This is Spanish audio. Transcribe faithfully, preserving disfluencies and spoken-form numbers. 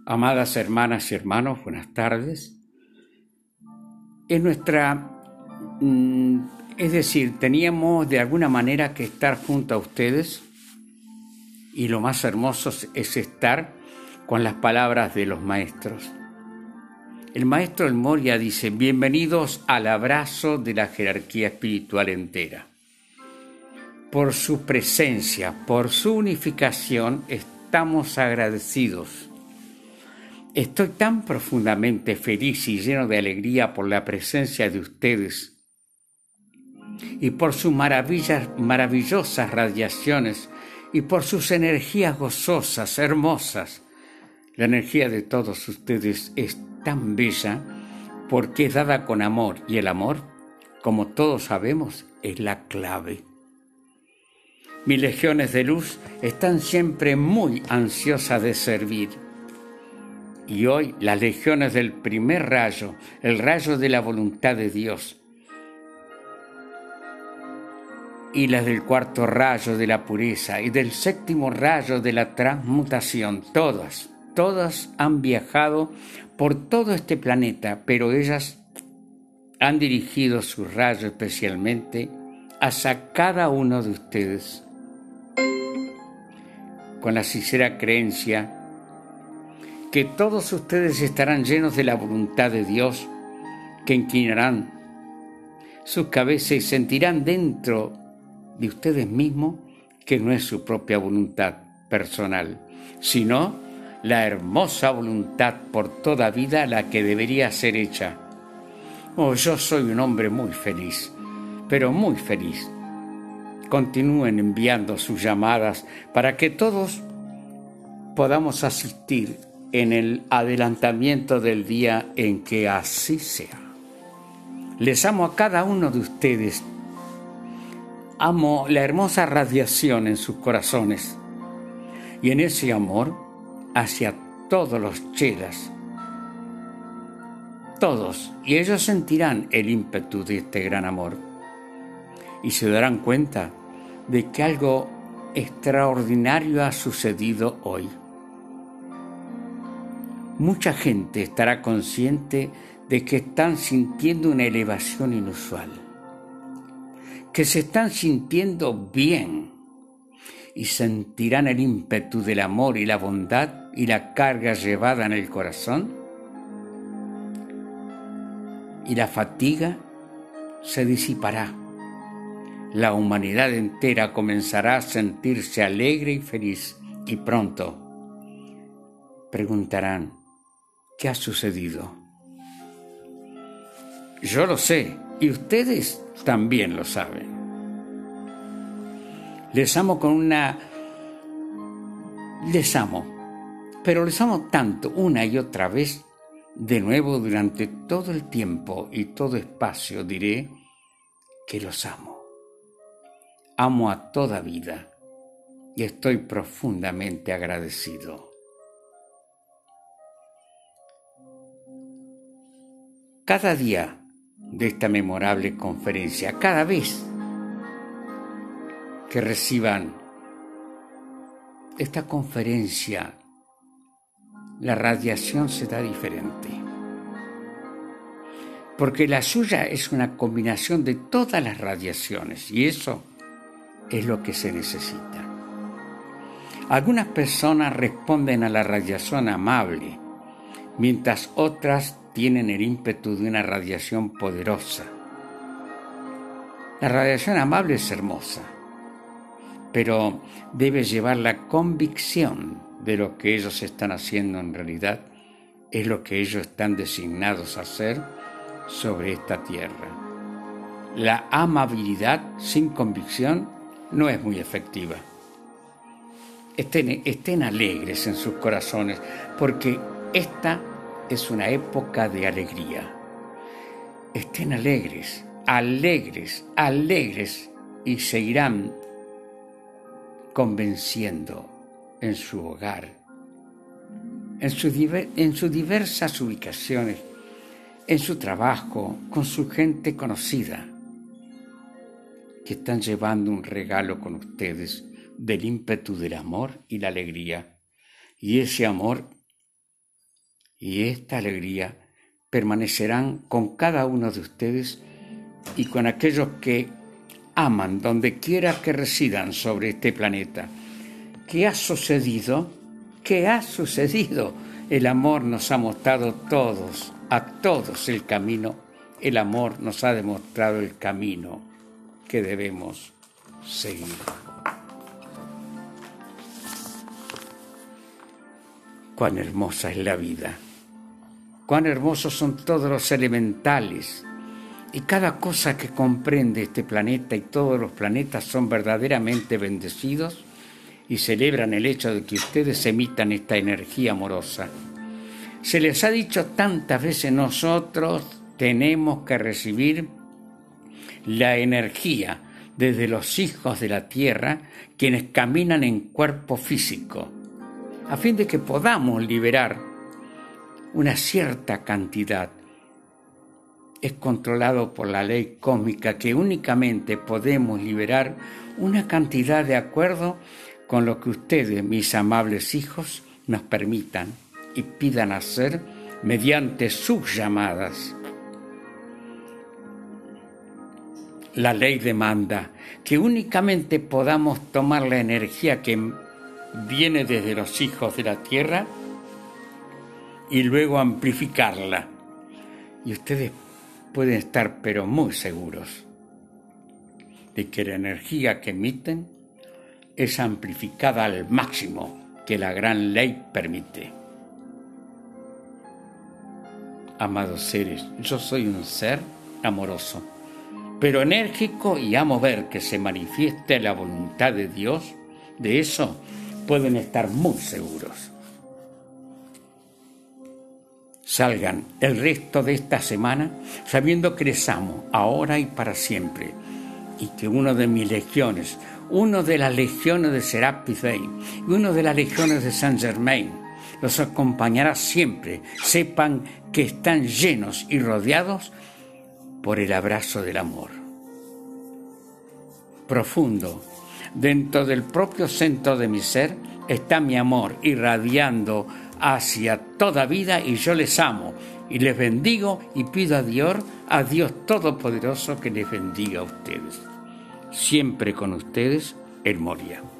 Amadas hermanas y hermanos, buenas tardes. Es nuestra, es decir, teníamos de alguna manera que estar junto a ustedes y lo más hermoso es estar con las palabras de los maestros. El maestro El Moria dice: bienvenidos al abrazo de la jerarquía espiritual entera. Por su presencia, por su unificación, estamos agradecidos. Estoy tan profundamente feliz y lleno de alegría por la presencia de ustedes y por sus maravillas, maravillosas radiaciones y por sus energías gozosas, hermosas. La energía de todos ustedes es tan bella porque es dada con amor, y el amor, como todos sabemos, es la clave. Mis legiones de luz están siempre muy ansiosas de servir. Y hoy las legiones del primer rayo, el rayo de la voluntad de Dios, y las del cuarto rayo de la pureza y del séptimo rayo de la transmutación, todas, todas han viajado por todo este planeta, pero ellas han dirigido su rayo especialmente hacia cada uno de ustedes, con la sincera creencia que todos ustedes estarán llenos de la voluntad de Dios, que inclinarán sus cabezas y sentirán dentro de ustedes mismos que no es su propia voluntad personal, sino la hermosa voluntad por toda vida la que debería ser hecha. Oh, yo soy un hombre muy feliz, pero muy feliz. Continúen enviando sus llamadas para que todos podamos asistir en el adelantamiento del día en que así sea. Les amo a cada uno de ustedes. Amo la hermosa radiación en sus corazones y en ese amor hacia todos los chelas. Todos, y ellos sentirán el ímpetu de este gran amor y se darán cuenta de que algo extraordinario ha sucedido hoy. Mucha gente estará consciente de que están sintiendo una elevación inusual, que se están sintiendo bien y sentirán el ímpetu del amor y la bondad y la carga llevada en el corazón, y la fatiga se disipará. La humanidad entera comenzará a sentirse alegre y feliz, y pronto preguntarán: ¿qué ha sucedido? Yo lo sé, y ustedes también lo saben. Les amo con una... Les amo, pero les amo tanto una y otra vez, de nuevo durante todo el tiempo y todo espacio diré que los amo. Amo a toda vida y estoy profundamente agradecido. Cada día de esta memorable conferencia, cada vez que reciban esta conferencia, la radiación será diferente. Porque la suya es una combinación de todas las radiaciones y eso es lo que se necesita. Algunas personas responden a la radiación amable, mientras otras tienen el ímpetu de una radiación poderosa. La radiación amable es hermosa, pero debe llevar la convicción de lo que ellos están haciendo en realidad es lo que ellos están designados a hacer sobre esta tierra. La amabilidad sin convicción no es muy efectiva. Estén, estén alegres en sus corazones, porque esta es una época de alegría. Estén alegres, alegres, alegres y seguirán convenciendo en su hogar, en, su diver, en sus diversas ubicaciones, en su trabajo, con su gente conocida, que están llevando un regalo con ustedes del ímpetu del amor y la alegría. Y ese amor y esta alegría permanecerán con cada uno de ustedes y con aquellos que aman donde quiera que residan sobre este planeta. ¿Qué ha sucedido? ¿Qué ha sucedido? El amor nos ha mostrado todos, a todos el camino. El amor nos ha demostrado el camino que debemos seguir. Cuán hermosa es la vida. Cuán hermosos son todos los elementales. Y cada cosa que comprende este planeta y todos los planetas son verdaderamente bendecidos y celebran el hecho de que ustedes emitan esta energía amorosa. Se les ha dicho tantas veces, nosotros tenemos que recibir la energía desde los hijos de la tierra, quienes caminan en cuerpo físico, a fin de que podamos liberar una cierta cantidad. Es controlado por la ley cósmica que únicamente podemos liberar una cantidad de acuerdo con lo que ustedes, mis amables hijos, nos permitan y pidan hacer mediante sus llamadas. La ley demanda que únicamente podamos tomar la energía que viene desde los hijos de la tierra y luego amplificarla. Y ustedes pueden estar pero muy seguros de que la energía que emiten es amplificada al máximo que la gran ley permite. Amados seres, yo soy un ser amoroso, pero enérgico, y amo ver que se manifieste la voluntad de Dios. De eso pueden estar muy seguros. Salgan el resto de esta semana sabiendo que les amo ahora y para siempre, y que uno de mis legiones, uno de las legiones de Serapis Bey y uno de las legiones de Saint Germain los acompañará siempre. Sepan que están llenos y rodeados por el abrazo del amor profundo. Dentro del propio centro de mi ser está mi amor irradiando hacia toda vida, y yo les amo y les bendigo y pido a Dios, a Dios Todopoderoso, que les bendiga a ustedes. Siempre con ustedes, el Moria.